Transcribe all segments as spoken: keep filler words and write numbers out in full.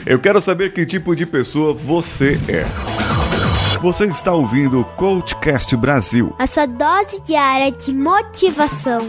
Eu quero saber que tipo de pessoa você é. Você está ouvindo o CoachCast Brasil, a sua dose diária de motivação.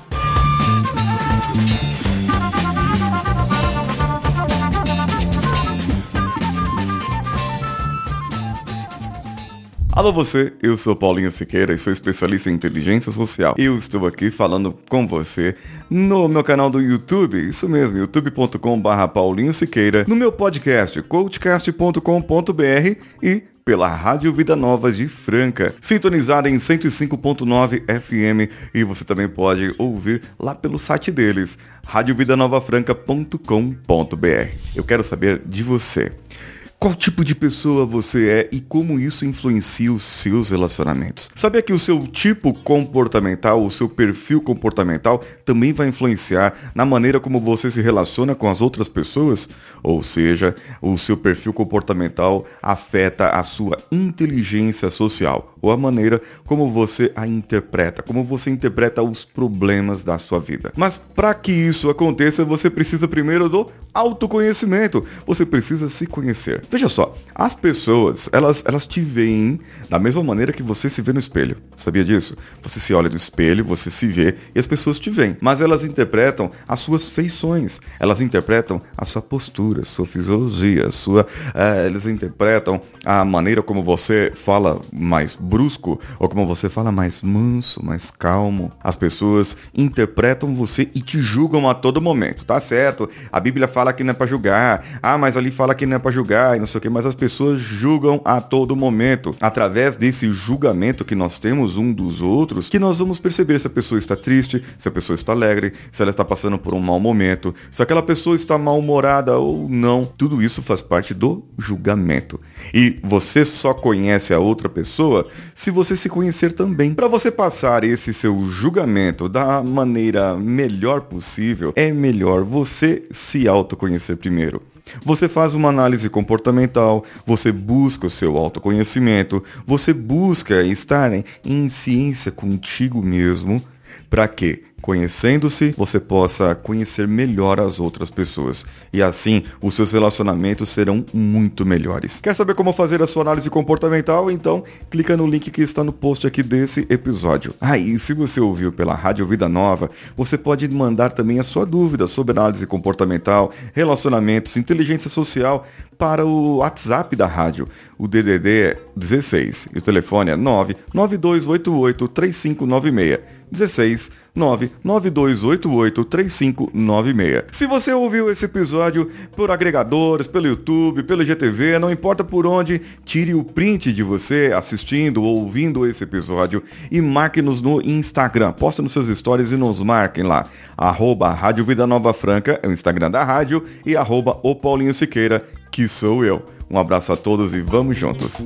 Alô você, eu sou Paulinho Siqueira e sou especialista em inteligência social. Eu estou aqui falando com você no meu canal do YouTube, isso mesmo, youtube ponto com barra Paulinho Siqueira, no meu podcast, coachcast ponto com ponto b r e pela Rádio Vida Nova de Franca, sintonizada em cento e cinco ponto nove F M, e você também pode ouvir lá pelo site deles, rádio vida nova franca ponto com ponto b r. Eu quero saber de você. Qual tipo de pessoa você é e como isso influencia os seus relacionamentos? Sabia que o seu tipo comportamental, o seu perfil comportamental também vai influenciar na maneira como você se relaciona com as outras pessoas? Ou seja, o seu perfil comportamental afeta a sua inteligência social, ou a maneira como você a interpreta, como você interpreta os problemas da sua vida. Mas para que isso aconteça, você precisa primeiro do autoconhecimento. Você precisa se conhecer. Veja só, as pessoas, elas, elas te veem da mesma maneira que você se vê no espelho. Sabia disso? Você se olha no espelho, você se vê e as pessoas te veem. Mas elas interpretam as suas feições. Elas interpretam a sua postura, a sua fisiologia, a sua... É, eles interpretam a maneira como você fala mais brusco ou como você fala mais manso, mais calmo. As pessoas interpretam você e te julgam a todo momento, tá certo? A Bíblia fala que não é pra julgar. Ah, mas ali fala que não é pra julgar e não sei o que, mas as pessoas julgam a todo momento. Através desse julgamento que nós temos um dos outros, que nós vamos perceber se a pessoa está triste, se a pessoa está alegre, se ela está passando por um mau momento, se aquela pessoa está mal-humorada ou não. Tudo isso faz parte do julgamento. E você só conhece a outra pessoa se você se conhecer também. Para você passar esse seu julgamento da maneira melhor possível, é melhor você se autoconhecer primeiro. Você faz uma análise comportamental, você busca o seu autoconhecimento, você busca estar em ciência contigo mesmo, para que, conhecendo-se, você possa conhecer melhor as outras pessoas. E assim, os seus relacionamentos serão muito melhores. Quer saber como fazer a sua análise comportamental? Então, clica no link que está no post aqui desse episódio. Ah, e se você ouviu pela Rádio Vida Nova, você pode mandar também a sua dúvida sobre análise comportamental, relacionamentos, inteligência social para o WhatsApp da rádio. O D D D é dezesseis e o telefone é nove nove dois oito oito três cinco nove seis. dezesseis nove nove dois oito oito três cinco nove seis. Se você ouviu esse episódio por agregadores, pelo YouTube, pelo I G T V, não importa por onde, tire o print de você assistindo ou ouvindo esse episódio e marque-nos no Instagram. Posta nos seus stories e nos marquem lá. Arroba Rádio Vida Nova Franca, é o Instagram da rádio, e arroba o Paulinho Siqueira, que sou eu. Um abraço a todos e vamos juntos.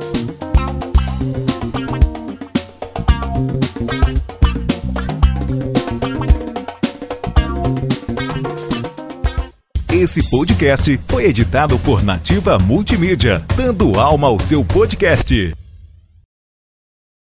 Esse podcast foi editado por Nativa Multimídia, dando alma ao seu podcast.